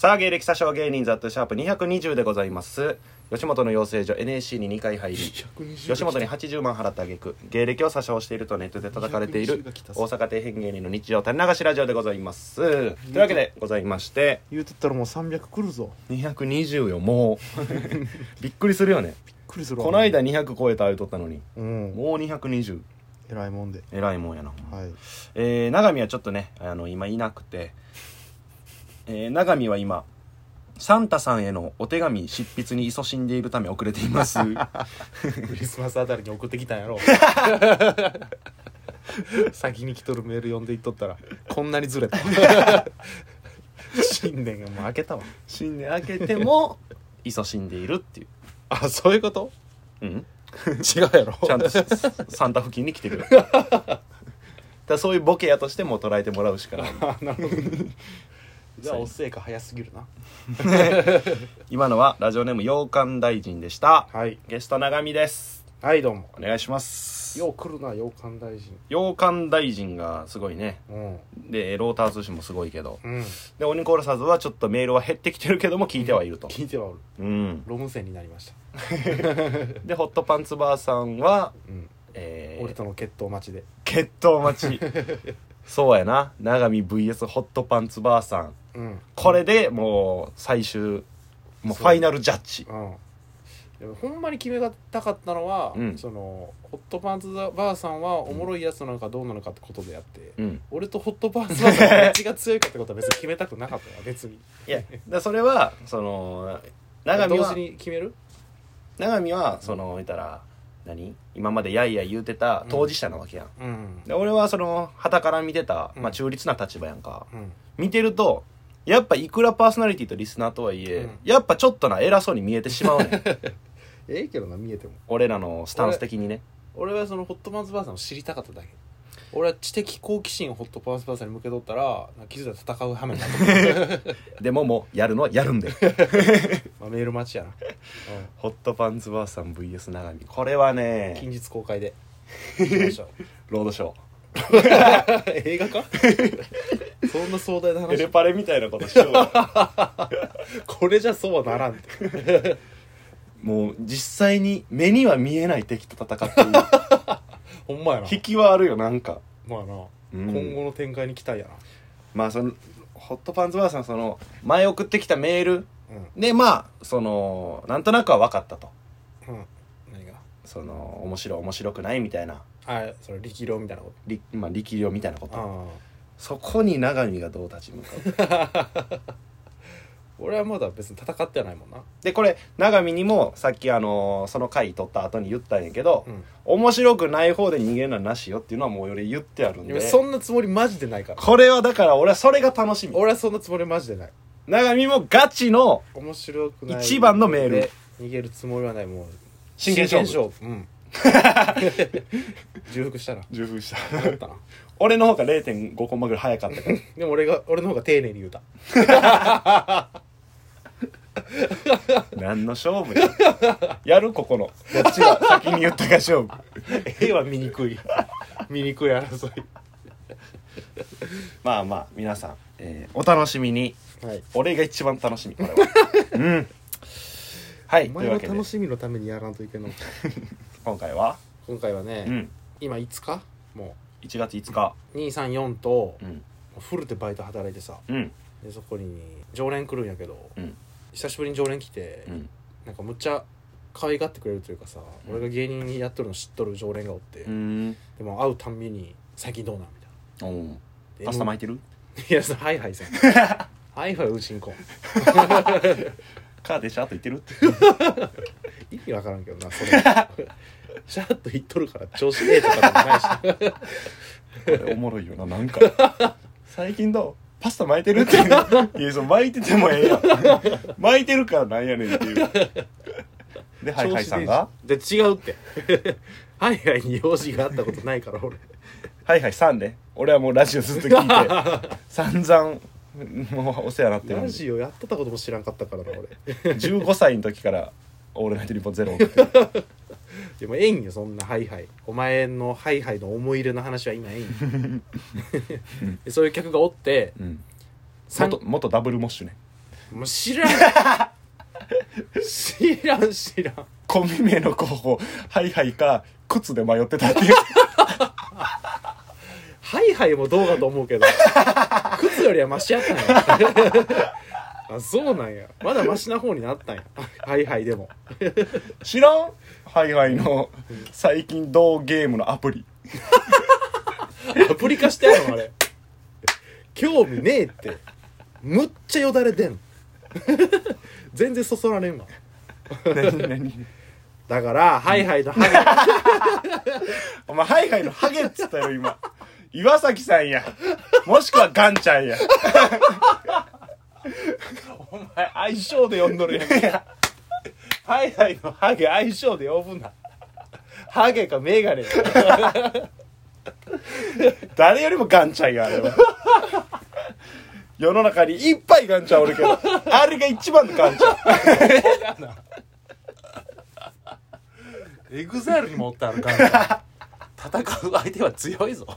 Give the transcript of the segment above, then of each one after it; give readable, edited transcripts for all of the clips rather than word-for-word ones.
さあ芸歴詐称芸人ザットシャープ220でございます。吉本の養成所 NSC に2回入り吉本に80万払った挙句芸歴を詐称しているとネットで叩かれている大阪底辺芸人の日常種流しラジオでございます。というわけでございまして、 言うてったらもう300来るぞ。 220よもうびっくりするよね。 びっくりするわ。 この間200超えた言うとったのに、 うん、 もう220。 えらいもんで。 えらいもんやな。 はい。 永見はちょっとね今いなくて、永見は今サンタさんへのお手紙執筆に勤しんでいるため遅れていますクリスマスあたりに送ってきたんやろ先に来とるメール読んでいっとったらこんなにずれた新年がもう明けたわ。 新年明けても勤しんでいるっていう。 あ、そういうこと？ うん違うやろ。 ちゃんとサンタ付近に来てくれだからそういうボケやとしても捉えてもらうしかない。 あ、なるほど。じゃあおせいか早すぎるな今のはラジオネーム洋館大臣でした。 はい。 ゲスト永見です。 はい、どうもお願いします。 よう来るな、洋館大臣。 洋館大臣がすごいね。でローター通信もすごいけど、でオニコールサーズはちょっとメールは減ってきてるけども聞いてはいると、 聞いてはおる。ロム線になりましたでホットパンツバーさんは、 俺との決闘待ちで。 決闘待ちそうやな。永見 VS ホットパンツバーさん、これでもう最終もうファイナルジャッジ。 でもほんまに決めたかったのは、そのホットパンツバーさんはおもろいやつなのかどうなのかってことであって、俺とホットパンツバーさんどっちが強いかってことは別に決めたくなかったよ別に。 いやだそれはその永見は同時に決める。 永見はその言ったら今までやいや言うてた当事者なわけやん、で俺はその傍から見てた、中立な立場やんか、見てるとやっぱいくらパーソナリティとリスナーとはいえ、やっぱちょっとな偉そうに見えてしまうねんええけどな、見えても俺らのスタンス的にね。 俺はそのホットパンツバーさんを知りたかっただけ。俺は知的好奇心をホットパンツバーさんに向けとったら気づいたら戦う羽目になったでももうやるのはやるんでまあメール待ちやな、 ホットパンツバーさん VS 永見、これはね近日公開でロードショー映画かそんな壮大な話。 エレパレみたいなことしようこれじゃそうはならんってもう実際に目には見えない敵と戦っているほんまやな。 引きはあるよなんか。 まあな、今後の展開に期待やな。 まあそのホットパンツバーさんその前送ってきたメール、でまあそのなんとなくは分かったと、 何がその面白くないみたいな、 それ力量みたいなこと、 まあ力量みたいなこと、そこに永見がどう立ち向かう俺はまだ別に戦ってはないもんな。 でこれ永見にもさっきその回取った後に言ったんやけど、面白くない方で逃げるのはなしよっていうのはもう俺言ってあるんで。 そんなつもりマジでないから。 これはだから俺はそれが楽しみ。 俺はそんなつもりマジでない。 永見もガチの面白くない一番のメール逃げるつもりはない。もう真剣勝負重複したな。 俺の方が 0.5 コマぐらい早かったからでも俺の方が丁寧に言うた何の勝負やるここのどっちが先に言ったか勝負絵は見にくい争いまあまあ皆さん、お楽しみに、俺が一番楽しみこれははい、 お前の楽しみのためにやらんといけんの今回はね、今5日もう1月5日 234と、フルでバイト働いてさ、でそこに常連来るんやけど、久しぶりに常連来て、なんかむっちゃ可愛がってくれるというかさ、俺が芸人やっとるの知っとる常連がおって、でも会うたんびに最近どうなんみたいな。 パスタ巻いてる？ いやはいはいさんはいはいうちにこんカーでシャーっと言ってる意味わからんけどなそれシャーっと言っとるから調子ええとかでもないしこれおもろいよな。なんか最近どうパスタ巻いてるっていういやその巻いててもええやん巻いてるからなんやねんっていうでハイハイさんがで違うってハイハイに用事があったことないから俺ハイハイさんね。俺はもうラジオずっと聞いて散々もうお世話になってるんで。 ラジオやってたことも知らんかったからな俺15歳の時からオールナイトニッポンゼロ送ってるでもええんよそんなハイハイ。お前のハイハイの思い入れの話は今ええんよそういう客がおって、 元ダブルモッシュねもう知らん知らん。 コンビ名の候補ハイハイか靴で迷ってたっていうハイハイもどうかと思うけど靴よりはマシやったんやあ、そうなんや。まだマシな方になったんやハイハイでも知らんハイハイの最近同ゲームのアプリアプリ化してやるのあれ。興味ねえって。むっちゃよだれ出ん全然そそられんわ何だからハイハイのハゲお前ハイハイのハゲっつったよ今。岩崎さんやもしくはガンちゃんやお前相性で呼んどるやんハイハイのハゲ相性で呼ぶな。ハゲかメガネ誰よりもガンちゃんやあれは世の中にいっぱいガンちゃんおるけどあれが一番のガンちゃんエグザイルにもおったのか戦う相手は強いぞ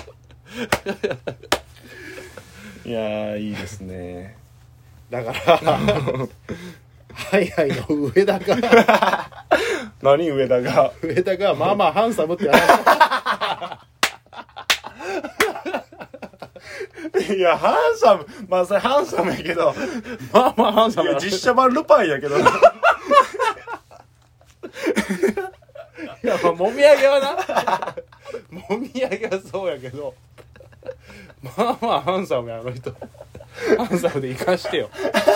いやーいいですね。 だからハイハイの上田が何上田がまあまあハンサムって話いやハンサムまあそれハンサムやけどまあまあハンサムいや実写版ルパンやけどいやまあもみあげはなもみあげはそうやけどまあまあハンサムやあの人ハンサムで生かしてよ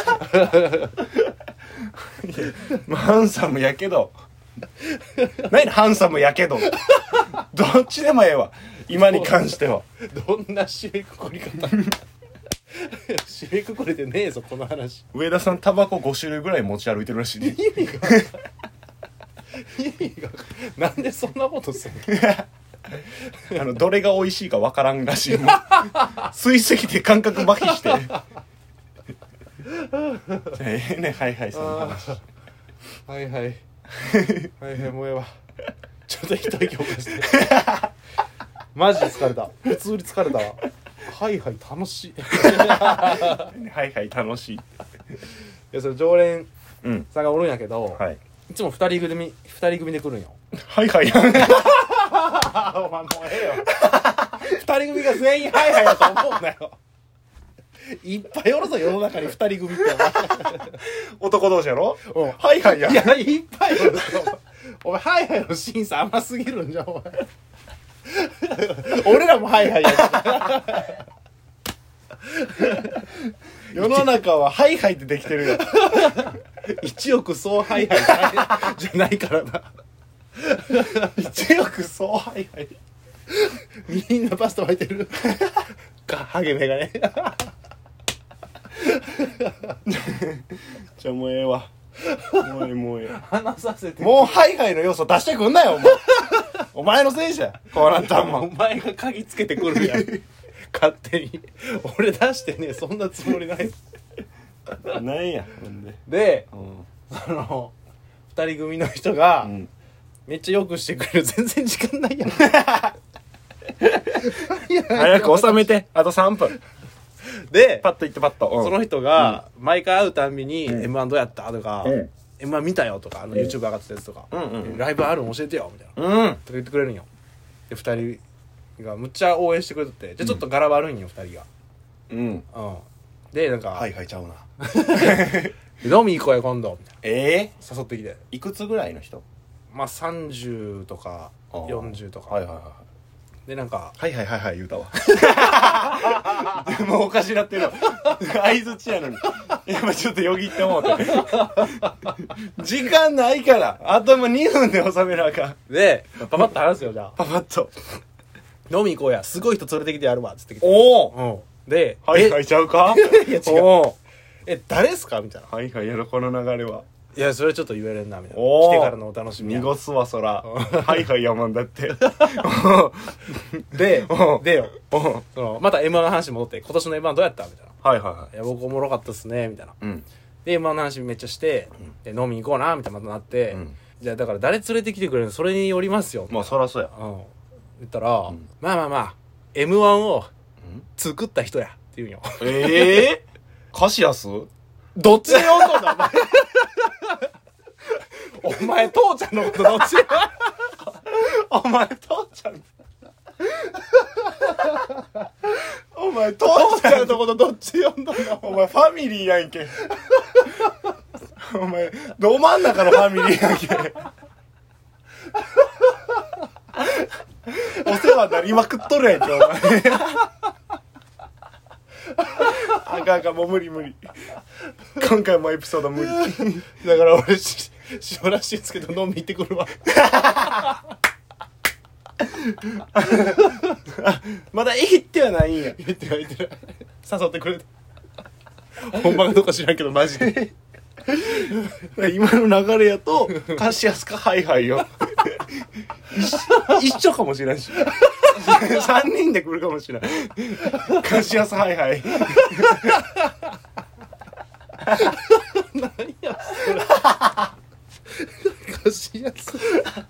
まあハンサムやけど何ハンサムやけどどっちでもええわ今に関しては。 どんな締めくくり方締めくくれてねえぞこの話。 上田さんタバコ5種類ぐらい持ち歩いてるらしいね。 意味がなんでそんなことするのどれが美味しいかわからんらしいもん吸いすぎて感覚麻痺してええねハイハイさんの話。 はいはいもうええわちょっと一息起こしてマジで疲れた。普通に疲れたわ。はいはい楽しいはいはい楽しい。いやそれ常連うんさんがおるんやけど、 はい、 いつも二人組で来るんよ。 はいはいお前もうええよ二人組が全員はいはいやと思うなよいっぱいおるぞ世の中に二人組って男同士やろ。 お前はいはいや。 いやいっぱいおるぞお前はいはいの審査甘すぎるんじゃんお前俺らもはいはいや世の中はハイハイってできてるよ一億総はいはいじゃないからな一億総ハイハイみんなパスタ巻いてるかハゲメガネじゃあもうええわもうええ話させてもうハイハイの要素出してくんなよお前お前のせいじゃこうなったんもお前が鍵つけてくるやん勝手に俺出してねそんなつもりないなんやほんでうんその二人組の人が、 うんめっちゃよくしてくれる。全然時間ないやん早く収めてあと3分でパッといってパッと、 その人が毎回会うたんびに M1 どうやったとか、 うん M1 見たよとかYouTube 上がってたやつとか、ライブあるん教えてよみたいなうんとか言ってくれるんよ。で2人がむっちゃ応援してくれてて、じゃあちょっと柄悪いんよ2人が。 うんでなんか、 はいはいちゃうな飲み行こうよ今度みたい誘な誘ってきて、 いくつぐらいの人。 まあ30とか40とか、 はいはいはいでなんかはいはいはいはい言うたわもうおかしなってる相づちやのに今ちょっとよぎって思って時間ないからあともう2分で収めなあかん。 でパパッと話すよじゃあパパッと飲み行こうやすごい人連れてきてやるわっつってきて、 おおではいはいちゃうかいや違うお誰っすかみたいな。 はいはいやろこの流れはいやそれはちょっと言えれんなみたいな。 おー来てからのお楽しみや濁すわそらはいはいやもんだってでおよおそのまた M1 の話戻って、今年の M1 どうやったみたいな。 はいはいはいいや僕おもろかったっすねみたいな。 うんで M1 の話めっちゃして、で飲み行こうなみたいなまたなって、 うんじゃあだから誰連れてきてくれるのそれによりますよ、 まあそらそうや言ったら、 んまあ M1 を作った人やって言うんよカシアスどっちで呼んどんだお前父ちゃんのことどっちお前父ちゃんお前父ちゃんのことどっち呼んだんだお前ファミリーやんけお前ど真ん中のファミリーやんけお世話になりまくっとるやんけお前あかんあかんもう無理今回もエピソード無理だから俺塩らしいですけど飲み行ってくるわまだ行ってはないんや言ってない誘ってくれたほんまかどうか知らんけどマジで今の流れやとカシアスかハイハイよ一緒かもしれんし3人で来るかもしれんカシアスハイハイ何やそれカシアス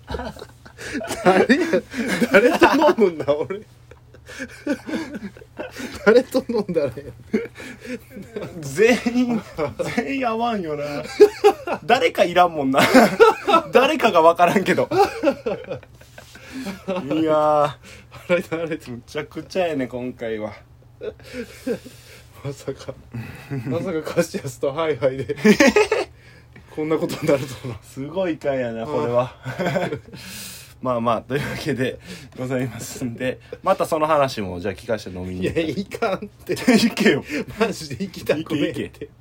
誰と飲むんだ俺誰と飲んだらや全員合わんよな誰かいらんもんな誰かが分からんけどいやーむちゃくちゃやね今回はまさかカシアスとハイハイでこんなことになるとはすごい回やなこれはまあまあというわけでございますんでまたその話もじゃあ聞かせて飲みにいやいかんって行けよマジで行きたくねえって